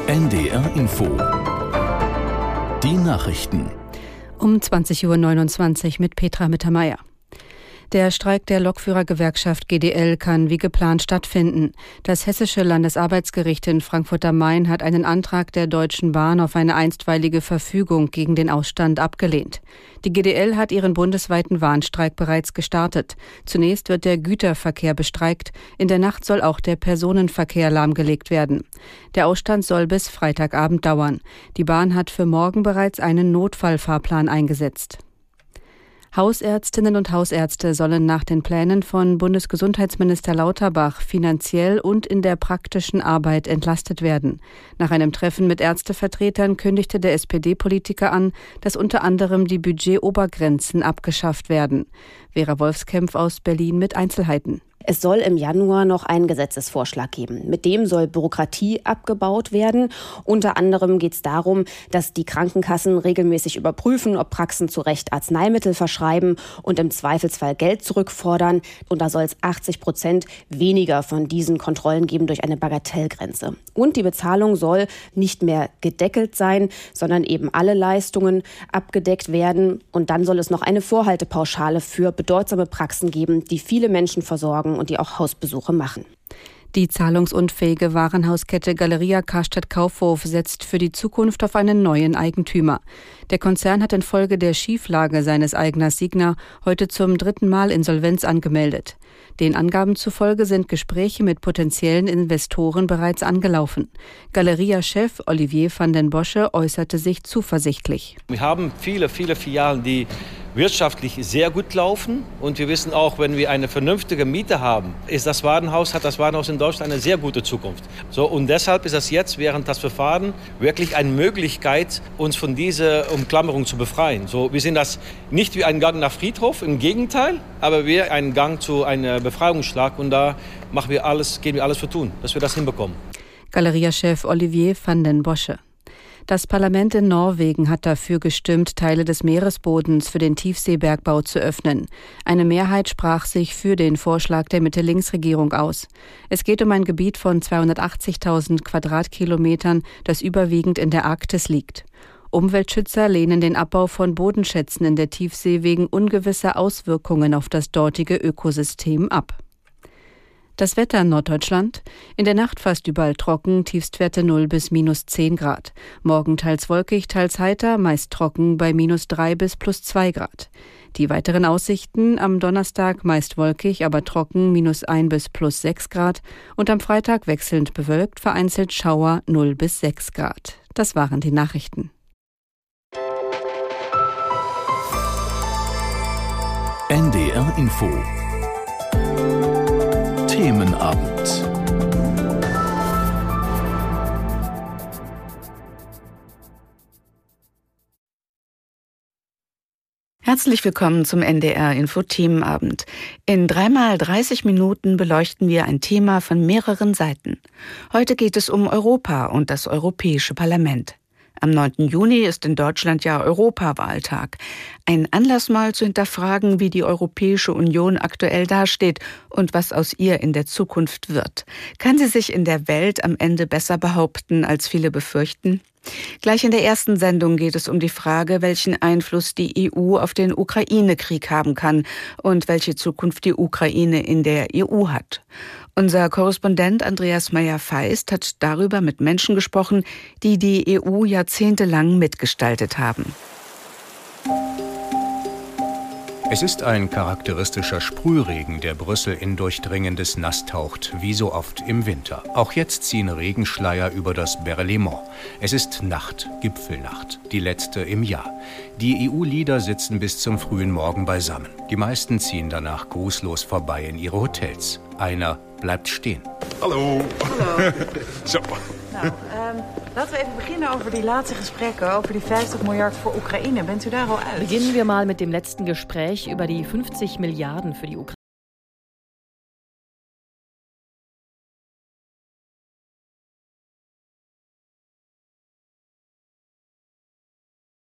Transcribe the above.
NDR Info. Die Nachrichten. Um 20.29 Uhr mit Petra Mittermeier. Der Streik der Lokführergewerkschaft GDL kann wie geplant stattfinden. Das Hessische Landesarbeitsgericht in Frankfurt am Main hat einen Antrag der Deutschen Bahn auf eine einstweilige Verfügung gegen den Ausstand abgelehnt. Die GDL hat ihren bundesweiten Warnstreik bereits gestartet. Zunächst wird der Güterverkehr bestreikt. In der Nacht soll auch der Personenverkehr lahmgelegt werden. Der Ausstand soll bis Freitagabend dauern. Die Bahn hat für morgen bereits einen Notfallfahrplan eingesetzt. Hausärztinnen und Hausärzte sollen nach den Plänen von Bundesgesundheitsminister Lauterbach finanziell und in der praktischen Arbeit entlastet werden. Nach einem Treffen mit Ärztevertretern kündigte der SPD-Politiker an, dass unter anderem die Budgetobergrenzen abgeschafft werden. Vera Wolfskämpf aus Berlin mit Einzelheiten. Es soll im Januar noch einen Gesetzesvorschlag geben. Mit dem soll Bürokratie abgebaut werden. Unter anderem geht es darum, dass die Krankenkassen regelmäßig überprüfen, ob Praxen zu Recht Arzneimittel verschreiben und im Zweifelsfall Geld zurückfordern. Und da soll es 80% weniger von diesen Kontrollen geben durch eine Bagatellgrenze. Und die Bezahlung soll nicht mehr gedeckelt sein, sondern eben alle Leistungen abgedeckt werden. Und dann soll es noch eine Vorhaltepauschale für bedeutsame Praxen geben, die viele Menschen versorgen und die auch Hausbesuche machen. Die zahlungsunfähige Warenhauskette Galeria Karstadt Kaufhof setzt für die Zukunft auf einen neuen Eigentümer. Der Konzern hat infolge der Schieflage seines Eigners Signa heute zum 3. Mal Insolvenz angemeldet. Den Angaben zufolge sind Gespräche mit potenziellen Investoren bereits angelaufen. Galeria-Chef Olivier van den Bosche äußerte sich zuversichtlich. Wir haben viele Filialen, die wirtschaftlich sehr gut laufen. Und wir wissen auch, wenn wir eine vernünftige Miete haben, hat das Warenhaus in Deutschland eine sehr gute Zukunft. Und deshalb ist das jetzt während des Verfahrens wirklich eine Möglichkeit, uns von dieser Umklammerung zu befreien. Wir sehen das nicht wie einen Gang nach Friedhof, im Gegenteil, aber wie einen Gang zu einem Befreiungsschlag. Und da gehen wir alles für tun, dass wir das hinbekommen. Galeria-Chef Olivier van den Bosche. Das Parlament in Norwegen hat dafür gestimmt, Teile des Meeresbodens für den Tiefseebergbau zu öffnen. Eine Mehrheit sprach sich für den Vorschlag der Mitte-Links-Regierung aus. Es geht um ein Gebiet von 280.000 Quadratkilometern, das überwiegend in der Arktis liegt. Umweltschützer lehnen den Abbau von Bodenschätzen in der Tiefsee wegen ungewisser Auswirkungen auf das dortige Ökosystem ab. Das Wetter in Norddeutschland. In der Nacht fast überall trocken, Tiefstwerte 0 bis -10 Grad. Morgen teils wolkig, teils heiter, meist trocken bei -3 bis +2 Grad. Die weiteren Aussichten: am Donnerstag meist wolkig, aber trocken, -1 bis +6 Grad. Und am Freitag wechselnd bewölkt, vereinzelt Schauer 0 bis 6 Grad. Das waren die Nachrichten. NDR Info. Themenabend. Herzlich willkommen zum NDR Info Themenabend. In 3x 30 Minuten beleuchten wir ein Thema von mehreren Seiten. Heute geht es um Europa und das Europäische Parlament. Am 9. Juni ist in Deutschland ja Europawahltag. Ein Anlass mal zu hinterfragen, wie die Europäische Union aktuell dasteht und was aus ihr in der Zukunft wird. Kann sie sich in der Welt am Ende besser behaupten, als viele befürchten? Gleich in der ersten Sendung geht es um die Frage, welchen Einfluss die EU auf den Ukraine-Krieg haben kann und welche Zukunft die Ukraine in der EU hat. Unser Korrespondent Andreas Meyer-Feist hat darüber mit Menschen gesprochen, die die EU jahrzehntelang mitgestaltet haben. Es ist ein charakteristischer Sprühregen, der Brüssel in durchdringendes Nass taucht, wie so oft im Winter. Auch jetzt ziehen Regenschleier über das Berlaymont. Es ist Nacht, Gipfelnacht, die letzte im Jahr. Die EU-Leader sitzen bis zum frühen Morgen beisammen. Die meisten ziehen danach grußlos vorbei in ihre Hotels. Einer bleibt stehen. Hallo. Hallo. Zo. Nou, laten we even beginnen over die laatste gesprekken, over die 50 miljard voor Oekraïne. Bent u daar al uit? Beginnen wir mal mit dem letzten Gespräch über die 50 Milliarden für die Ukraine.